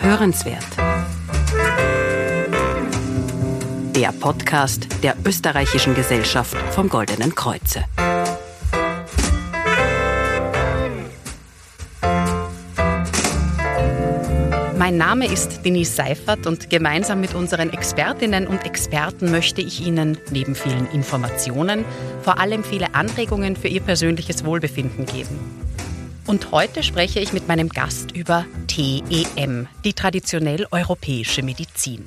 Hörenswert. Der Podcast der Österreichischen Gesellschaft vom Goldenen Kreuze. Mein Name ist Denise Seifert und gemeinsam mit unseren Expertinnen und Experten möchte ich Ihnen neben vielen Informationen vor allem viele Anregungen für Ihr persönliches Wohlbefinden geben. Und heute spreche ich mit meinem Gast über TEM, die traditionell europäische Medizin.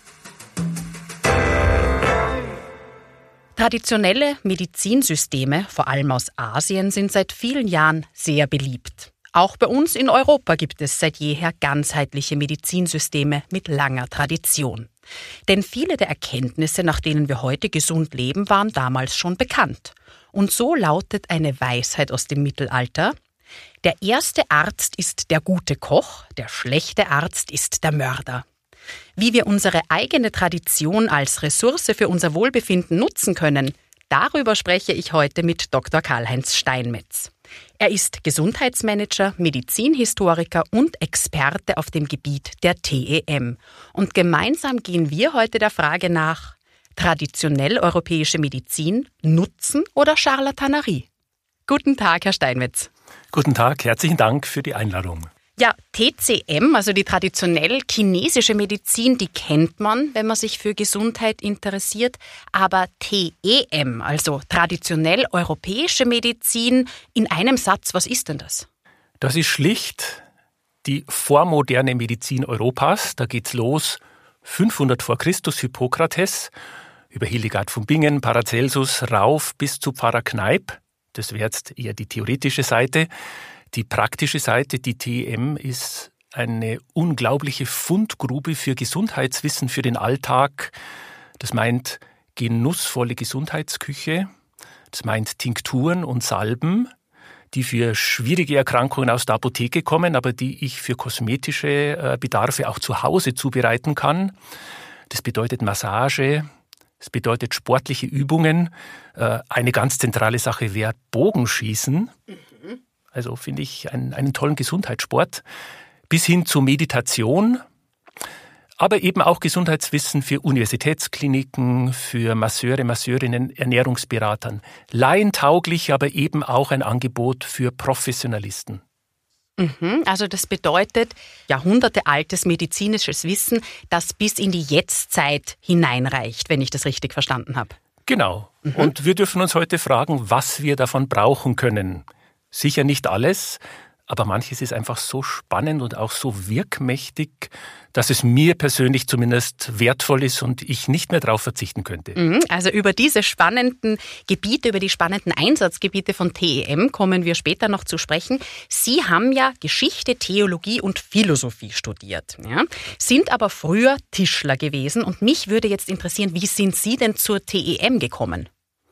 Traditionelle Medizinsysteme, vor allem aus Asien, sind seit vielen Jahren sehr beliebt. Auch bei uns in Europa gibt es seit jeher ganzheitliche Medizinsysteme mit langer Tradition. Denn viele der Erkenntnisse, nach denen wir heute gesund leben, waren damals schon bekannt. Und so lautet eine Weisheit aus dem Mittelalter: Der erste Arzt ist der gute Koch, der schlechte Arzt ist der Mörder. Wie wir unsere eigene Tradition als Ressource für unser Wohlbefinden nutzen können, darüber spreche ich heute mit Dr. Karl-Heinz Steinmetz. Er ist Gesundheitsmanager, Medizinhistoriker und Experte auf dem Gebiet der TEM. Und gemeinsam gehen wir heute der Frage nach: traditionell europäische Medizin, Nutzen oder Charlatanerie? Guten Tag, Herr Steinmetz. Guten Tag, herzlichen Dank für die Einladung. Ja, TCM, also die traditionell chinesische Medizin, die kennt man, wenn man sich für Gesundheit interessiert. Aber TEM, also traditionell europäische Medizin, in einem Satz, was ist denn das? Das ist schlicht die vormoderne Medizin Europas. Da geht's los 500 vor Christus, Hippokrates, über Hildegard von Bingen, Paracelsus, rauf bis zu Pfarrer Kneipp. Das wäre jetzt eher die theoretische Seite. Die praktische Seite, die TEM, ist eine unglaubliche Fundgrube für Gesundheitswissen für den Alltag. Das meint genussvolle Gesundheitsküche. Das meint Tinkturen und Salben, die für schwierige Erkrankungen aus der Apotheke kommen, aber die ich für kosmetische Bedarfe auch zu Hause zubereiten kann. Das bedeutet Massage. Es bedeutet sportliche Übungen. Eine ganz zentrale Sache wäre Bogenschießen. Also finde ich einen tollen Gesundheitssport. Bis hin zu Meditation. Aber eben auch Gesundheitswissen für Universitätskliniken, für Masseure, Masseurinnen, Ernährungsberatern. Laientauglich, aber eben auch ein Angebot für Professionalisten. Also das bedeutet jahrhundertealtes medizinisches Wissen, das bis in die Jetztzeit hineinreicht, wenn ich das richtig verstanden habe. Genau. Und wir dürfen uns heute fragen, was wir davon brauchen können. Sicher nicht alles, aber manches ist einfach so spannend und auch so wirkmächtig, dass es mir persönlich zumindest wertvoll ist und ich nicht mehr darauf verzichten könnte. Also über diese spannenden Gebiete, über die spannenden Einsatzgebiete von TEM kommen wir später noch zu sprechen. Sie haben ja Geschichte, Theologie und Philosophie studiert, ja? Sind aber früher Tischler gewesen. Und mich würde jetzt interessieren, wie sind Sie denn zur TEM gekommen?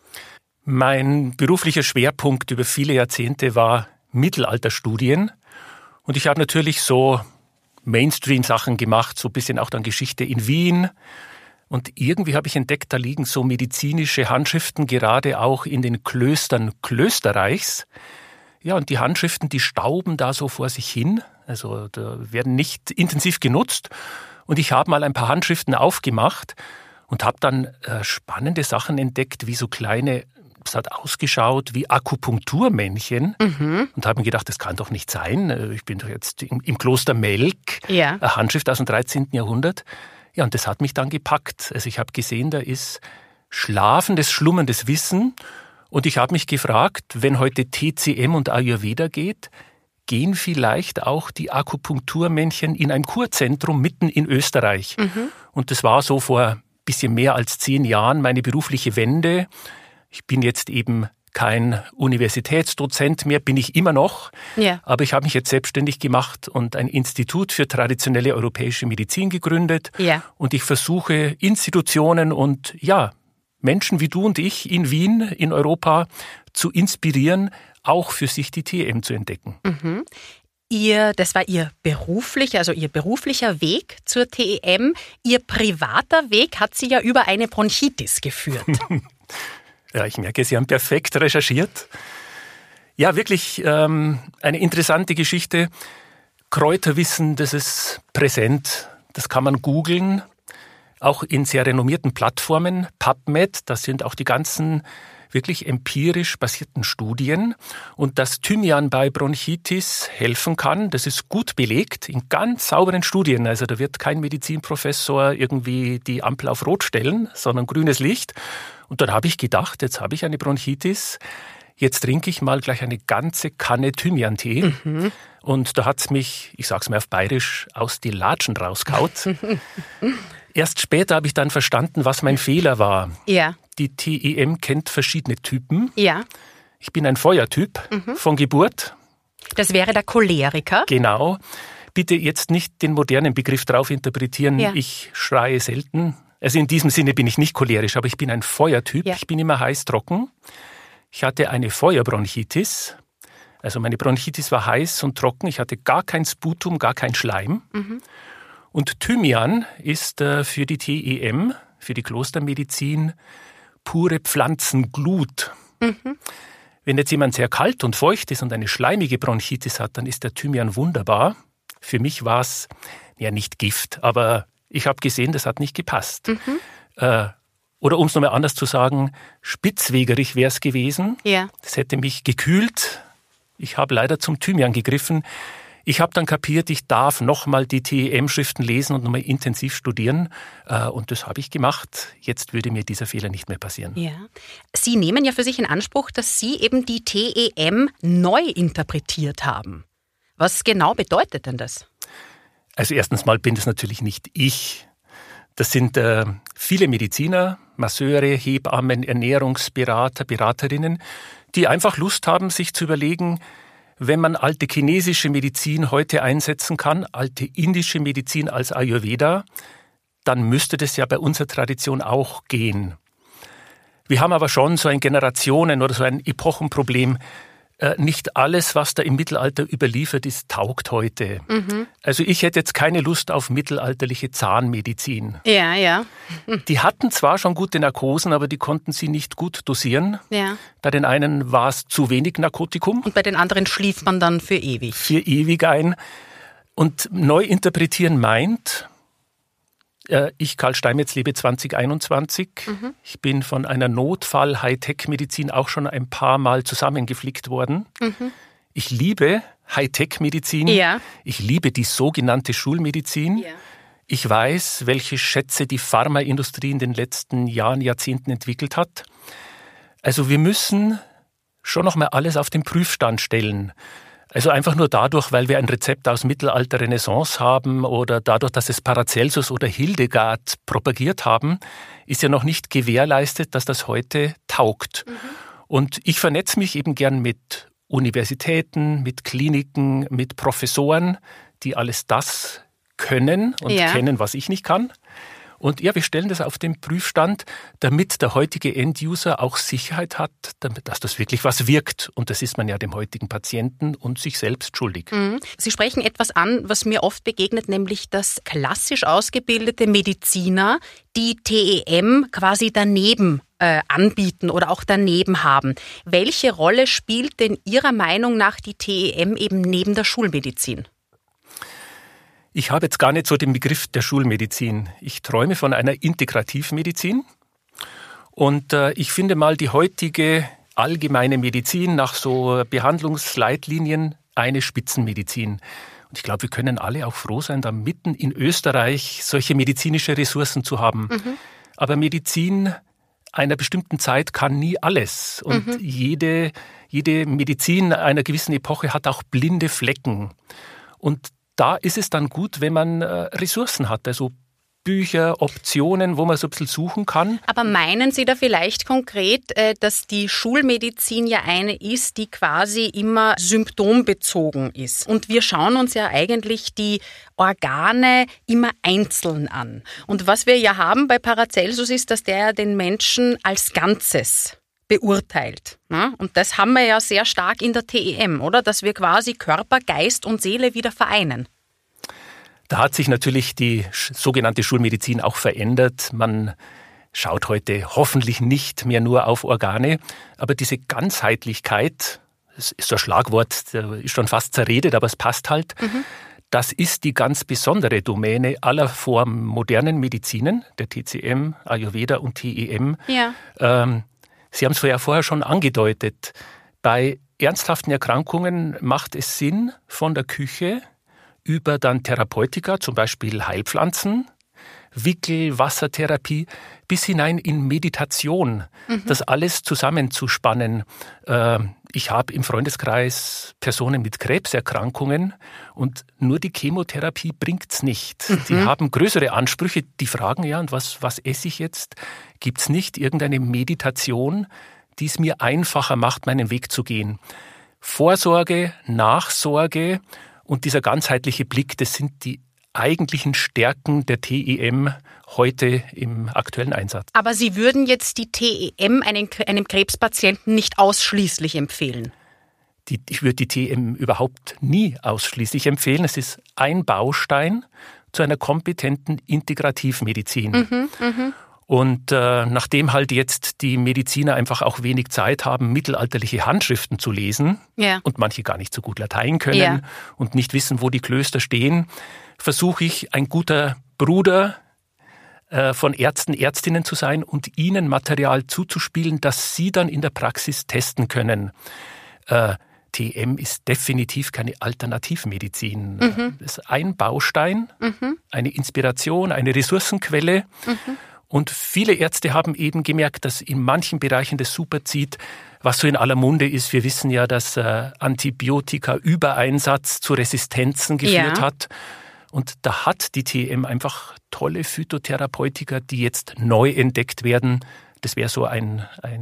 Mein beruflicher Schwerpunkt über viele Jahrzehnte war Mittelalterstudien. Und ich habe natürlich so Mainstream-Sachen gemacht, so ein bisschen auch dann Geschichte in Wien. Und irgendwie habe ich entdeckt, da liegen so medizinische Handschriften, gerade auch in den Klöstern Klösterreichs. Ja, und die Handschriften, die stauben da so vor sich hin. Also da werden nicht intensiv genutzt. Und ich habe mal ein paar Handschriften aufgemacht und habe dann spannende Sachen entdeckt, wie so kleine, es hat ausgeschaut wie Akupunkturmännchen und habe mir gedacht, das kann doch nicht sein. Ich bin doch jetzt im Kloster Melk, eine Handschrift aus dem 13. Jahrhundert. Ja, und das hat mich dann gepackt. Also ich habe gesehen, da ist schlafendes, schlummerndes Wissen. Und ich habe mich gefragt, wenn heute TCM und Ayurveda geht, gehen vielleicht auch die Akupunkturmännchen in ein Kurzentrum mitten in Österreich. Und das war so vor ein bisschen mehr als 10 Jahren meine berufliche Wende. Ich bin jetzt eben kein Universitätsdozent mehr, bin ich immer noch. Ja. Aber ich habe mich jetzt selbstständig gemacht und ein Institut für traditionelle europäische Medizin gegründet. Ja. Und ich versuche Institutionen und Menschen wie du und ich in Wien, in Europa, zu inspirieren, auch für sich die TEM zu entdecken. Das war Ihr beruflicher Weg zur TEM. Ihr privater Weg hat Sie ja über eine Bronchitis geführt. Ja, ich merke, Sie haben perfekt recherchiert. Ja, wirklich eine interessante Geschichte. Kräuterwissen, das ist präsent. Das kann man googeln, auch in sehr renommierten Plattformen. PubMed, das sind auch die ganzen wirklich empirisch basierten Studien. Und dass Thymian bei Bronchitis helfen kann, das ist gut belegt in ganz sauberen Studien. Also da wird kein Medizinprofessor irgendwie die Ampel auf Rot stellen, sondern grünes Licht. Und dann habe ich gedacht, jetzt habe ich eine Bronchitis, jetzt trinke ich mal gleich eine ganze Kanne Thymian-Tee. Und da hat es mich, ich sage es mal auf Bayerisch, aus die Latschen rauskaut. Erst später habe ich dann verstanden, was mein Fehler war. Ja. Die TEM kennt verschiedene Typen. Ja. Ich bin ein Feuertyp von Geburt. Das wäre der Choleriker. Genau. Bitte jetzt nicht den modernen Begriff drauf interpretieren. Ja. Ich schreie selten. Also in diesem Sinne bin ich nicht cholerisch, aber ich bin ein Feuertyp. Ja. Ich bin immer heiß trocken. Ich hatte eine Feuerbronchitis. Also meine Bronchitis war heiß und trocken. Ich hatte gar kein Sputum, gar kein Schleim. Und Thymian ist für die TEM, für die Klostermedizin, pure Pflanzenglut. Wenn jetzt jemand sehr kalt und feucht ist und eine schleimige Bronchitis hat, dann ist der Thymian wunderbar. Für mich war es ja nicht Gift, aber ich habe gesehen, das hat nicht gepasst. Oder um es nochmal anders zu sagen, spitzwegerig wäre es gewesen. Ja. Das hätte mich gekühlt. Ich habe leider zum Thymian gegriffen. Ich habe dann kapiert, ich darf nochmal die TEM-Schriften lesen und nochmal intensiv studieren. Und das habe ich gemacht. Jetzt würde mir dieser Fehler nicht mehr passieren. Ja. Sie nehmen ja für sich in Anspruch, dass Sie eben die TEM neu interpretiert haben. Was genau bedeutet denn das? Also erstens mal bin das natürlich nicht ich. Das sind viele Mediziner, Masseure, Hebammen, Ernährungsberater, Beraterinnen, die einfach Lust haben, sich zu überlegen, wenn man alte chinesische Medizin heute einsetzen kann, alte indische Medizin als Ayurveda, dann müsste das ja bei unserer Tradition auch gehen. Wir haben aber schon so ein Generationen- oder so ein Epochenproblem. Nicht alles, was da im Mittelalter überliefert ist, taugt heute. Also ich hätte jetzt keine Lust auf mittelalterliche Zahnmedizin. Ja, ja. Die hatten zwar schon gute Narkosen, aber die konnten sie nicht gut dosieren. Ja. Bei den einen war es zu wenig Narkotikum. Und bei den anderen schlief man dann für ewig. Für ewig ein. Und neu interpretieren meint, ich, Karl Steinmetz, lebe 2021. Ich bin von einer Notfall-Hightech-Medizin auch schon ein paar Mal zusammengeflickt worden. Ich liebe Hightech-Medizin. Ja. Ich liebe die sogenannte Schulmedizin. Ja. Ich weiß, welche Schätze die Pharmaindustrie in den letzten Jahren, Jahrzehnten entwickelt hat. Also wir müssen schon noch mal alles auf den Prüfstand stellen. Also einfach nur dadurch, weil wir ein Rezept aus Mittelalter Renaissance haben oder dadurch, dass es Paracelsus oder Hildegard propagiert haben, ist ja noch nicht gewährleistet, dass das heute taugt. Und ich vernetze mich eben gern mit Universitäten, mit Kliniken, mit Professoren, die alles das können und kennen, was ich nicht kann. Und ja, wir stellen das auf den Prüfstand, damit der heutige End-User auch Sicherheit hat, dass das wirklich was wirkt. Und das ist man ja dem heutigen Patienten und sich selbst schuldig. Sie sprechen etwas an, was mir oft begegnet, nämlich dass klassisch ausgebildete Mediziner die TEM quasi daneben anbieten oder auch daneben haben. Welche Rolle spielt denn Ihrer Meinung nach die TEM eben neben der Schulmedizin? Ich habe jetzt gar nicht so den Begriff der Schulmedizin. Ich träume von einer Integrativmedizin. Und ich finde mal die heutige allgemeine Medizin nach so Behandlungsleitlinien eine Spitzenmedizin. Und ich glaube, wir können alle auch froh sein, da mitten in Österreich solche medizinische Ressourcen zu haben. Aber Medizin einer bestimmten Zeit kann nie alles. Und jede Medizin einer gewissen Epoche hat auch blinde Flecken. Und da ist es dann gut, wenn man Ressourcen hat, also Bücher, Optionen, wo man so ein bisschen suchen kann. Aber meinen Sie da vielleicht konkret, dass die Schulmedizin ja eine ist, die quasi immer symptombezogen ist? Und wir schauen uns ja eigentlich die Organe immer einzeln an. Und was wir ja haben bei Paracelsus ist, dass der den Menschen als Ganzes beurteilt. Und das haben wir ja sehr stark in der TEM, oder? Dass wir quasi Körper, Geist und Seele wieder vereinen. Da hat sich natürlich die sogenannte Schulmedizin auch verändert. Man schaut heute hoffentlich nicht mehr nur auf Organe, aber diese Ganzheitlichkeit, das ist so ein Schlagwort, das ist schon fast zerredet, aber es passt halt. das ist die ganz besondere Domäne aller modernen Medizinen, der TCM, Ayurveda und TEM. Ja. Sie haben es vorher schon angedeutet. Bei ernsthaften Erkrankungen macht es Sinn, von der Küche über dann Therapeutika, zum Beispiel Heilpflanzen, Wickel, Wassertherapie, bis hinein in Meditation, das alles zusammenzuspannen. Ich habe im Freundeskreis Personen mit Krebserkrankungen und nur die Chemotherapie bringt's nicht. Die haben größere Ansprüche, die fragen ja, und was esse ich jetzt? Gibt's nicht irgendeine Meditation, die es mir einfacher macht, meinen Weg zu gehen? Vorsorge, Nachsorge und dieser ganzheitliche Blick, das sind die eigentlichen Stärken der TEM heute im aktuellen Einsatz. Aber Sie würden jetzt die TEM einem Krebspatienten nicht ausschließlich empfehlen? Ich würde die TEM überhaupt nie ausschließlich empfehlen. Es ist ein Baustein zu einer kompetenten Integrativmedizin. Und nachdem halt jetzt die Mediziner einfach auch wenig Zeit haben, mittelalterliche Handschriften zu lesen und manche gar nicht so gut Latein können und nicht wissen, wo die Klöster stehen, versuche ich, ein guter Bruder von Ärzten, Ärztinnen zu sein und ihnen Material zuzuspielen, das sie dann in der Praxis testen können. TM ist definitiv keine Alternativmedizin. Das ist ein Baustein, eine Inspiration, eine Ressourcenquelle. Und viele Ärzte haben eben gemerkt, dass in manchen Bereichen das super zieht, was so in aller Munde ist. Wir wissen ja, dass Antibiotika-Übereinsatz zu Resistenzen geführt hat. Und da hat die TM einfach tolle Phytotherapeutika, die jetzt neu entdeckt werden. Das wäre so ein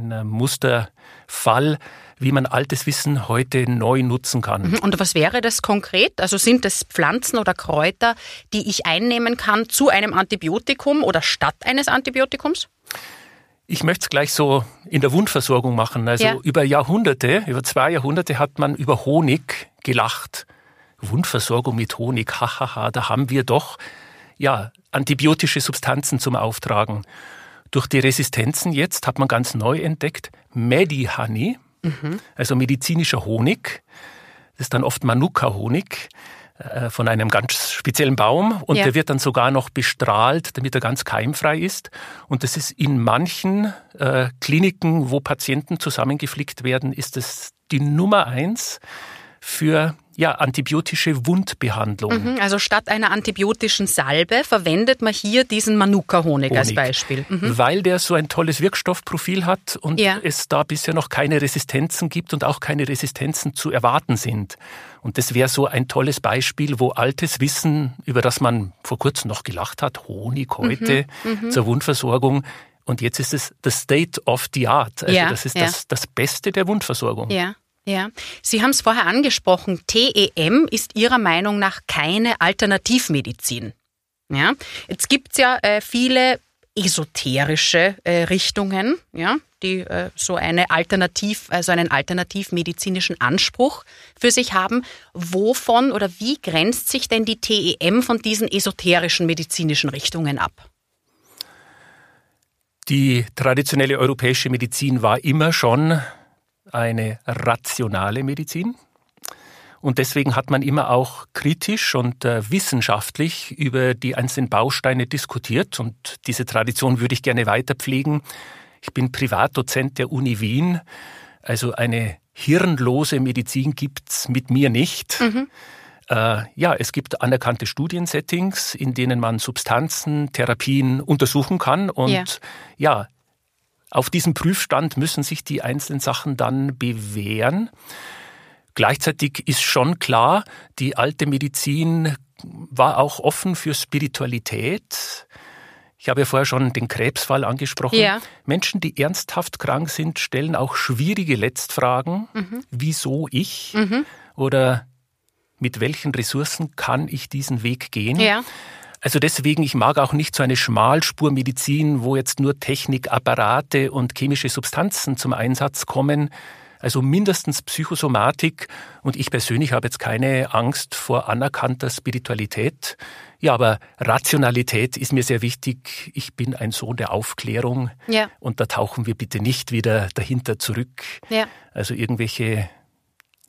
Musterfall, wie man altes Wissen heute neu nutzen kann. Und was wäre das konkret? Also sind das Pflanzen oder Kräuter, die ich einnehmen kann zu einem Antibiotikum oder statt eines Antibiotikums? Ich möchte es gleich so in der Wundversorgung machen. Also über 2 Jahrhunderte hat man über Honig gelacht. Wundversorgung mit Honig, hahaha, da haben wir doch antibiotische Substanzen zum Auftragen. Durch die Resistenzen jetzt hat man ganz neu entdeckt, Medi-Honey, also medizinischer Honig. Das ist dann oft Manuka-Honig von einem ganz speziellen Baum und der wird dann sogar noch bestrahlt, damit er ganz keimfrei ist. Und das ist in manchen Kliniken, wo Patienten zusammengeflickt werden, ist das die Nummer 1 für antibiotische Wundbehandlung. Also statt einer antibiotischen Salbe verwendet man hier diesen Manuka-Honig als Beispiel. Weil der so ein tolles Wirkstoffprofil hat und es da bisher noch keine Resistenzen gibt und auch keine Resistenzen zu erwarten sind. Und das wäre so ein tolles Beispiel, wo altes Wissen, über das man vor kurzem noch gelacht hat, Honig heute zur Wundversorgung, und jetzt ist es the state of the art. Also das ist das Beste der Wundversorgung. Ja, Sie haben es vorher angesprochen, TEM ist Ihrer Meinung nach keine Alternativmedizin. Ja, jetzt gibt es ja viele esoterische Richtungen, die so einen alternativmedizinischen Anspruch für sich haben. Wovon oder wie grenzt sich denn die TEM von diesen esoterischen medizinischen Richtungen ab? Die traditionelle europäische Medizin war immer schon eine rationale Medizin. Und deswegen hat man immer auch kritisch und wissenschaftlich über die einzelnen Bausteine diskutiert. Und diese Tradition würde ich gerne weiter pflegen. Ich bin Privatdozent der Uni Wien. Also eine hirnlose Medizin gibt's mit mir nicht. Es gibt anerkannte Studiensettings, in denen man Substanzen, Therapien untersuchen kann. Und auf diesem Prüfstand müssen sich die einzelnen Sachen dann bewähren. Gleichzeitig ist schon klar, die alte Medizin war auch offen für Spiritualität. Ich habe ja vorher schon den Krebsfall angesprochen. Menschen, die ernsthaft krank sind, stellen auch schwierige Letztfragen. Wieso ich? Oder mit welchen Ressourcen kann ich diesen Weg gehen? Also deswegen, ich mag auch nicht so eine Schmalspurmedizin, wo jetzt nur Technik, Apparate und chemische Substanzen zum Einsatz kommen. Also mindestens Psychosomatik. Und ich persönlich habe jetzt keine Angst vor anerkannter Spiritualität. Ja, aber Rationalität ist mir sehr wichtig. Ich bin ein Sohn der Aufklärung. Und da tauchen wir bitte nicht wieder dahinter zurück. Also irgendwelche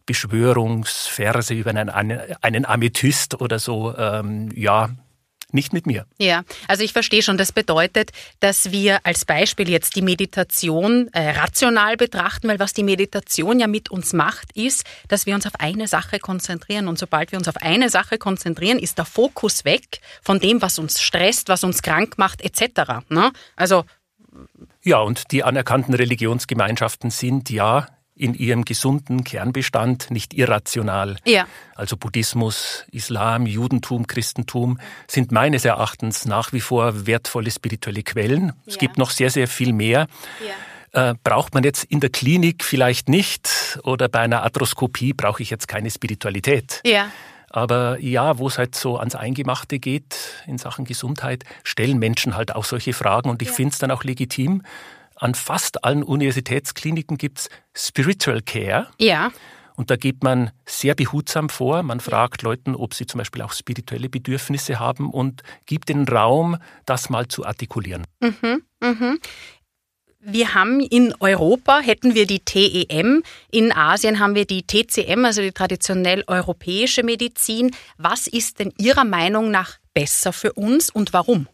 Beschwörungsverse über einen Amethyst oder so, nicht mit mir. Ja, also ich verstehe schon, das bedeutet, dass wir als Beispiel jetzt die Meditation rational betrachten, weil was die Meditation ja mit uns macht, ist, dass wir uns auf eine Sache konzentrieren. Und sobald wir uns auf eine Sache konzentrieren, ist der Fokus weg von dem, was uns stresst, was uns krank macht, etc. Ne? Also ja, und die anerkannten Religionsgemeinschaften sind ja in ihrem gesunden Kernbestand nicht irrational. Ja. Also Buddhismus, Islam, Judentum, Christentum sind meines Erachtens nach wie vor wertvolle spirituelle Quellen. Es gibt noch sehr, sehr viel mehr. Ja. Braucht man jetzt in der Klinik vielleicht nicht oder bei einer Arthroskopie brauche ich jetzt keine Spiritualität. Ja. Aber ja, wo es halt so ans Eingemachte geht in Sachen Gesundheit, stellen Menschen halt auch solche Fragen und ich finde es dann auch legitim. An fast allen Universitätskliniken gibt's Spiritual Care. Ja. Und da geht man sehr behutsam vor. Man fragt Leuten, ob sie zum Beispiel auch spirituelle Bedürfnisse haben und gibt den Raum, das mal zu artikulieren. Mhm, mhm. Wir haben in Europa, hätten wir die TEM, in Asien haben wir die TCM, also die traditionell europäische Medizin. Was ist denn Ihrer Meinung nach besser für uns und warum?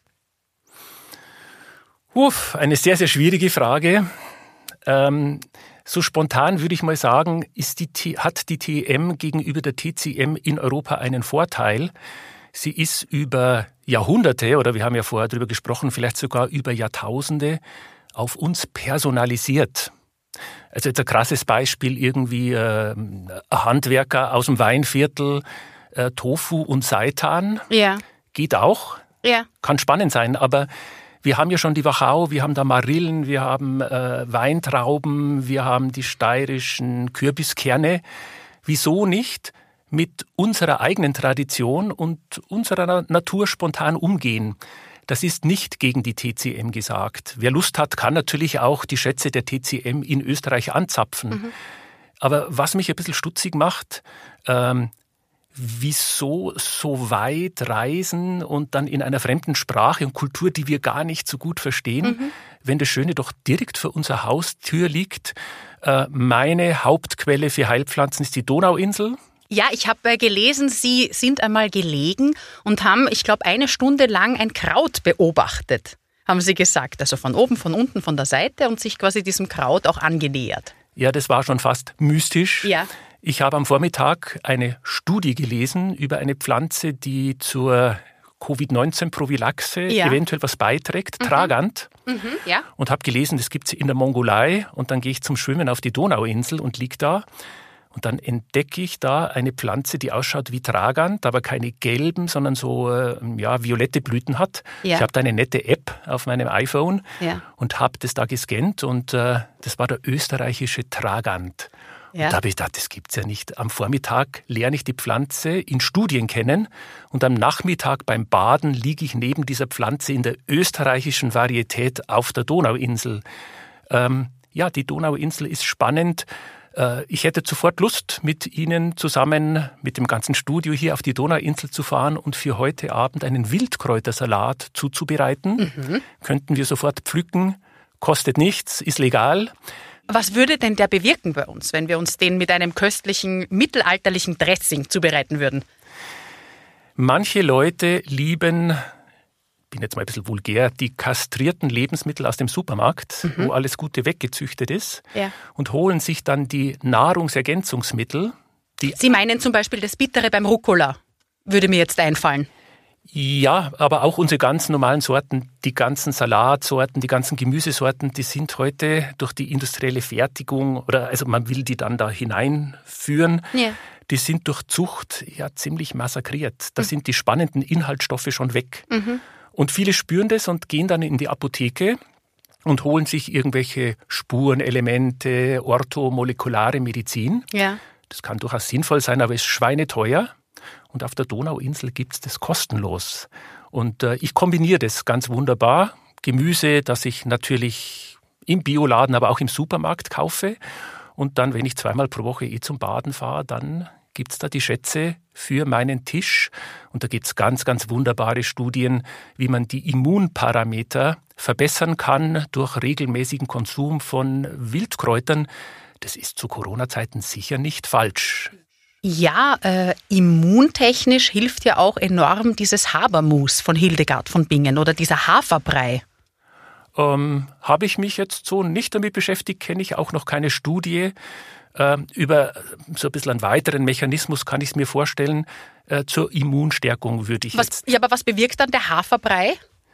Eine sehr, sehr schwierige Frage. So spontan würde ich mal sagen, hat die TEM gegenüber der TCM in Europa einen Vorteil. Sie ist über Jahrhunderte, oder wir haben ja vorher darüber gesprochen, vielleicht sogar über Jahrtausende, auf uns personalisiert. Also jetzt ein krasses Beispiel, irgendwie ein Handwerker aus dem Weinviertel, Tofu und Seitan. Ja. Geht auch. Ja. Kann spannend sein, aber wir haben ja schon die Wachau, wir haben da Marillen, wir haben Weintrauben, wir haben die steirischen Kürbiskerne. Wieso nicht mit unserer eigenen Tradition und unserer Natur spontan umgehen? Das ist nicht gegen die TCM gesagt. Wer Lust hat, kann natürlich auch die Schätze der TCM in Österreich anzapfen. Mhm. Aber was mich ein bisschen stutzig macht, wieso so weit reisen und dann in einer fremden Sprache und Kultur, die wir gar nicht so gut verstehen, wenn das Schöne doch direkt vor unserer Haustür liegt. Meine Hauptquelle für Heilpflanzen ist die Donauinsel. Ja, ich habe gelesen, Sie sind einmal gelegen und haben, ich glaube, 1 Stunde lang ein Kraut beobachtet, haben Sie gesagt. Also von oben, von unten, von der Seite und sich quasi diesem Kraut auch angenähert. Ja, das war schon fast mystisch. Ja. Ich habe am Vormittag eine Studie gelesen über eine Pflanze, die zur Covid-19-Prophylaxe eventuell was beiträgt, Tragant. Ja. Und habe gelesen, das gibt es in der Mongolei. Und dann gehe ich zum Schwimmen auf die Donauinsel und liege da. Und dann entdecke ich da eine Pflanze, die ausschaut wie Tragant, aber keine gelben, sondern so violette Blüten hat. Ja. Ich habe da eine nette App auf meinem iPhone und habe das da gescannt. Und das war der österreichische Tragant. Ja. Und da habe ich gedacht, das gibt's ja nicht. Am Vormittag lerne ich die Pflanze in Studien kennen und am Nachmittag beim Baden liege ich neben dieser Pflanze in der österreichischen Varietät auf der Donauinsel. Die Donauinsel ist spannend. Ich hätte sofort Lust, mit Ihnen zusammen, mit dem ganzen Studio hier auf die Donauinsel zu fahren und für heute Abend einen Wildkräutersalat zuzubereiten. Könnten wir sofort pflücken, kostet nichts, ist legal. Was würde denn der bewirken bei uns, wenn wir uns den mit einem köstlichen, mittelalterlichen Dressing zubereiten würden? Manche Leute lieben, bin jetzt mal ein bisschen vulgär, die kastrierten Lebensmittel aus dem Supermarkt, wo alles Gute weggezüchtet ist, und holen sich dann die Nahrungsergänzungsmittel. Sie meinen zum Beispiel das Bittere beim Rucola, würde mir jetzt einfallen. Ja, aber auch unsere ganz normalen Sorten, die ganzen Salatsorten, die ganzen Gemüsesorten, die sind heute durch die industrielle Fertigung, also man will die dann da hineinführen, die sind durch Zucht ziemlich massakriert. Da sind die spannenden Inhaltsstoffe schon weg. Und viele spüren das und gehen dann in die Apotheke und holen sich irgendwelche Spurenelemente, orthomolekulare Medizin. Ja. Das kann durchaus sinnvoll sein, aber ist schweineteuer. Und auf der Donauinsel gibt's das kostenlos. Und ich kombiniere das ganz wunderbar. Gemüse, das ich natürlich im Bioladen, aber auch im Supermarkt kaufe. Und dann, wenn ich 2-mal pro Woche zum Baden fahre, dann gibt's da die Schätze für meinen Tisch. Und da gibt's ganz, ganz wunderbare Studien, wie man die Immunparameter verbessern kann durch regelmäßigen Konsum von Wildkräutern. das ist zu Corona-Zeiten sicher nicht falsch. Ja, immuntechnisch hilft ja auch enorm dieses Habermus von Hildegard von Bingen oder dieser Haferbrei. Habe ich mich jetzt so nicht damit beschäftigt, kenne ich auch noch keine Studie. Über so ein bisschen einen weiteren Mechanismus kann ich es mir vorstellen. Zur Immunstärkung würde ich jetzt... Ja, aber was bewirkt dann der Haferbrei?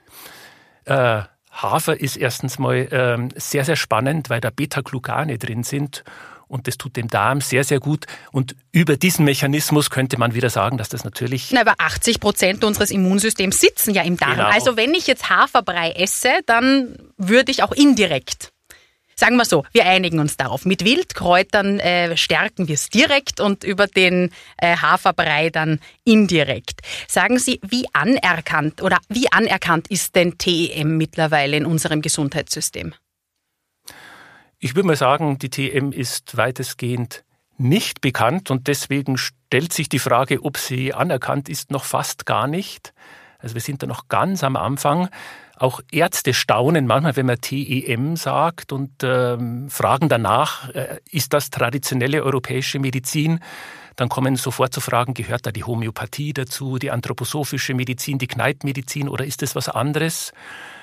Hafer ist erstens mal sehr, sehr spannend, weil da Beta-Glucane drin sind. Und das tut dem Darm sehr, sehr gut. Und über diesen Mechanismus könnte man wieder sagen, dass das natürlich... Aber 80% unseres Immunsystems sitzen ja im Darm. Genau. Also wenn ich jetzt Haferbrei esse, dann würde ich auch indirekt, sagen wir so, wir einigen uns darauf. Mit Wildkräutern stärken wir es direkt und über den Haferbrei dann indirekt. Sagen Sie, wie anerkannt ist denn TEM mittlerweile in unserem Gesundheitssystem? Ich würde mal sagen, die TEM ist weitestgehend nicht bekannt und deswegen stellt sich die Frage, ob sie anerkannt ist, noch fast gar nicht. Also wir sind da noch ganz am Anfang. Auch Ärzte staunen manchmal, wenn man TEM sagt und fragen danach, ist das traditionelle europäische Medizin? Dann kommen sofort zu Fragen, gehört da die Homöopathie dazu, die anthroposophische Medizin, die Kneippmedizin oder ist das was anderes?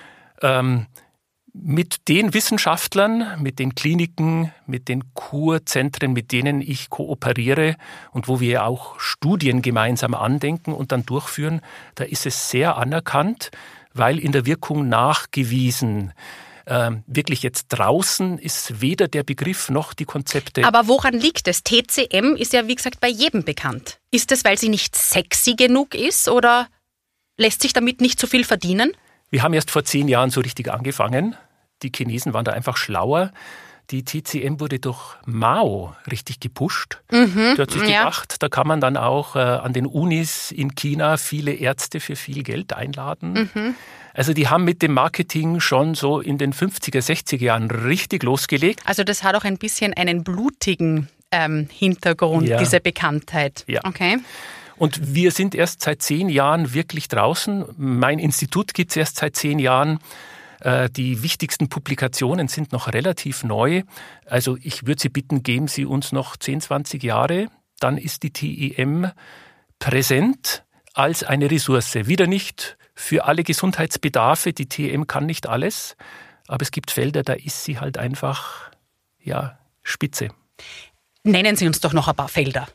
Mit den Wissenschaftlern, mit den Kliniken, mit den Kurzentren, mit denen ich kooperiere und wo wir auch Studien gemeinsam andenken und dann durchführen, da ist es sehr anerkannt, weil in der Wirkung nachgewiesen. Wirklich jetzt draußen ist weder der Begriff noch die Konzepte. Aber woran liegt es? TCM ist ja, wie gesagt, bei jedem bekannt. Ist es, weil sie nicht sexy genug ist oder lässt sich damit nicht so viel verdienen? Wir haben erst vor 10 Jahren so richtig angefangen. Die Chinesen waren da einfach schlauer. Die TCM wurde durch Mao richtig gepusht. Der hat sich gedacht, da kann man dann auch an den Unis in China viele Ärzte für viel Geld einladen. Also die haben mit dem Marketing schon so in den 50er, 60er Jahren richtig losgelegt. Also das hat auch ein bisschen einen blutigen Hintergrund, diese Bekanntheit. Ja. Okay. Und wir sind erst seit 10 Jahren wirklich draußen. Mein Institut gibt es erst seit 10 Jahren. Die wichtigsten Publikationen sind noch relativ neu. Also ich würde Sie bitten, geben Sie uns noch 10, 20 Jahre. Dann ist die TEM präsent als eine Ressource. Wieder nicht für alle Gesundheitsbedarfe. Die TEM kann nicht alles. Aber es gibt Felder, da ist sie halt einfach, spitze. Nennen Sie uns doch noch ein paar Felder.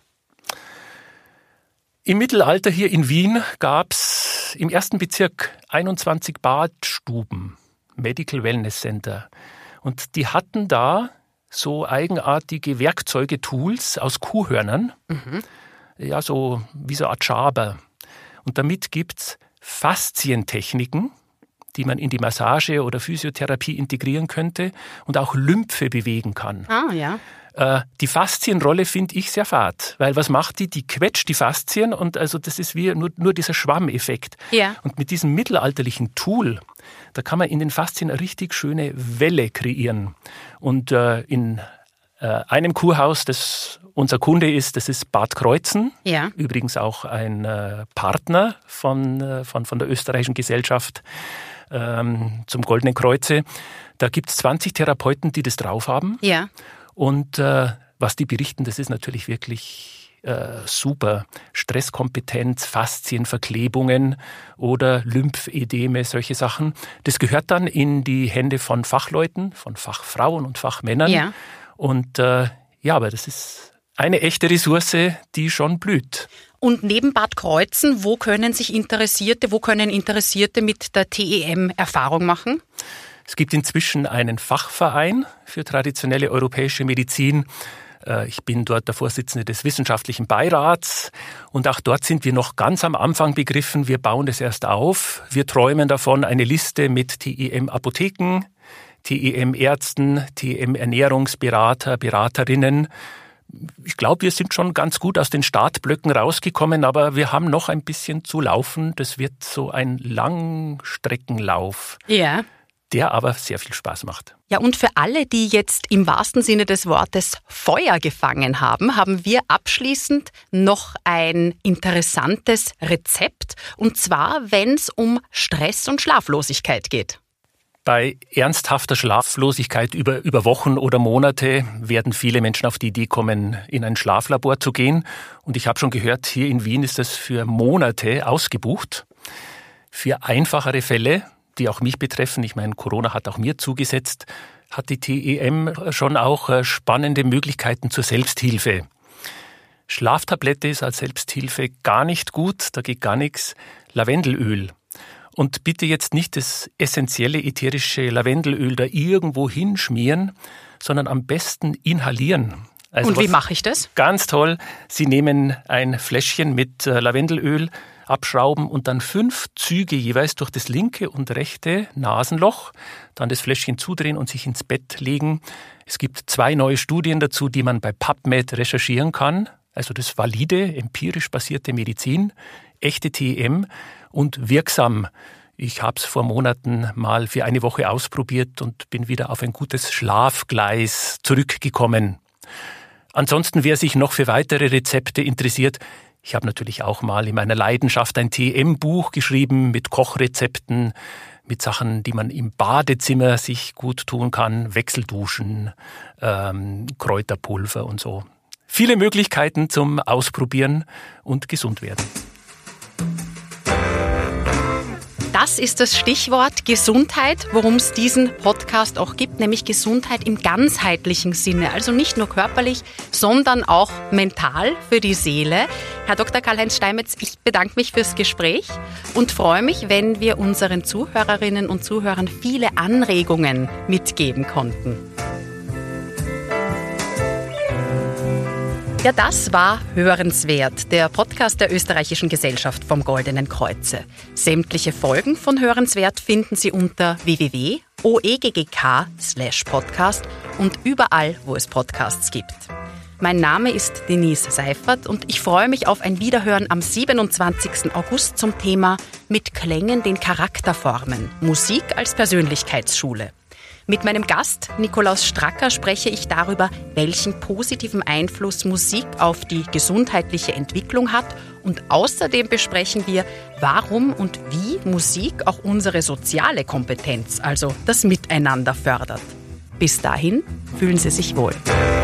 Im Mittelalter hier in Wien gab es im 1. Bezirk 21 Badstuben, Medical Wellness Center. Und die hatten da so eigenartige Werkzeuge, Tools aus Kuhhörnern, so wie so eine Art Schaber. Und damit gibt es Faszientechniken, die man in die Massage oder Physiotherapie integrieren könnte und auch Lymphe bewegen kann. Ah, ja. Die Faszienrolle finde ich sehr fad, weil was macht die? Die quetscht die Faszien und also das ist wie nur dieser Schwammeffekt. Ja. Und mit diesem mittelalterlichen Tool, da kann man in den Faszien eine richtig schöne Welle kreieren. Und in einem Kurhaus, das unser Kunde ist, das ist Bad Kreuzen. Ja. Übrigens auch ein Partner von der österreichischen Gesellschaft zum Goldenen Kreuze. Da gibt es 20 Therapeuten, die das drauf haben. Ja. Und was die berichten, das ist natürlich wirklich super. Stresskompetenz, Faszienverklebungen oder Lymphedeme, solche Sachen. Das gehört dann in die Hände von Fachleuten, von Fachfrauen und Fachmännern. Ja. Und aber das ist eine echte Ressource, die schon blüht. Und neben Bad Kreuzen, wo können Interessierte mit der TEM Erfahrung machen? Es gibt inzwischen einen Fachverein für traditionelle europäische Medizin. Ich bin dort der Vorsitzende des wissenschaftlichen Beirats und auch dort sind wir noch ganz am Anfang begriffen. Wir bauen das erst auf. Wir träumen davon, eine Liste mit TEM-Apotheken, TEM-Ärzten, TEM-Ernährungsberater, Beraterinnen. Ich glaube, wir sind schon ganz gut aus den Startblöcken rausgekommen, aber wir haben noch ein bisschen zu laufen. Das wird so ein Langstreckenlauf. Ja. Der aber sehr viel Spaß macht. Ja, und für alle, die jetzt im wahrsten Sinne des Wortes Feuer gefangen haben, haben wir abschließend noch ein interessantes Rezept. Und zwar, wenn es um Stress und Schlaflosigkeit geht. Bei ernsthafter Schlaflosigkeit über Wochen oder Monate werden viele Menschen auf die Idee kommen, in ein Schlaflabor zu gehen. Und ich habe schon gehört, hier in Wien ist das für Monate ausgebucht. Für einfachere Fälle, die auch mich betreffen, ich meine, Corona hat auch mir zugesetzt, hat die TEM schon auch spannende Möglichkeiten zur Selbsthilfe. Schlaftablette ist als Selbsthilfe gar nicht gut, da geht gar nichts. Lavendelöl. Und bitte jetzt nicht das essentielle ätherische Lavendelöl da irgendwo hinschmieren, sondern am besten inhalieren. Also und wie mache ich das? Ganz toll. Sie nehmen ein Fläschchen mit Lavendelöl, abschrauben und dann 5 Züge jeweils durch das linke und rechte Nasenloch, dann das Fläschchen zudrehen und sich ins Bett legen. Es gibt 2 neue Studien dazu, die man bei PubMed recherchieren kann. Also das valide, empirisch basierte Medizin, echte TEM und wirksam. Ich habe es vor Monaten mal für eine Woche ausprobiert und bin wieder auf ein gutes Schlafgleis zurückgekommen. Ansonsten, wer sich noch für weitere Rezepte interessiert, ich habe natürlich auch mal in meiner Leidenschaft ein TEM-Buch geschrieben mit Kochrezepten, mit Sachen, die man im Badezimmer sich gut tun kann, Wechselduschen, Kräuterpulver und so. Viele Möglichkeiten zum Ausprobieren und gesund werden. Das ist das Stichwort Gesundheit, worum es diesen Podcast auch gibt, nämlich Gesundheit im ganzheitlichen Sinne. Also nicht nur körperlich, sondern auch mental für die Seele. Herr Dr. Karl-Heinz Steinmetz, ich bedanke mich fürs Gespräch und freue mich, wenn wir unseren Zuhörerinnen und Zuhörern viele Anregungen mitgeben konnten. Ja, das war Hörenswert, der Podcast der Österreichischen Gesellschaft vom Goldenen Kreuze. Sämtliche Folgen von Hörenswert finden Sie unter www.oeggk.com/podcast und überall, wo es Podcasts gibt. Mein Name ist Denise Seifert und ich freue mich auf ein Wiederhören am 27. August zum Thema Mit Klängen den Charakter formen. Musik als Persönlichkeitsschule. Mit meinem Gast Nikolaus Stracker spreche ich darüber, welchen positiven Einfluss Musik auf die gesundheitliche Entwicklung hat und außerdem besprechen wir, warum und wie Musik auch unsere soziale Kompetenz, also das Miteinander fördert. Bis dahin fühlen Sie sich wohl.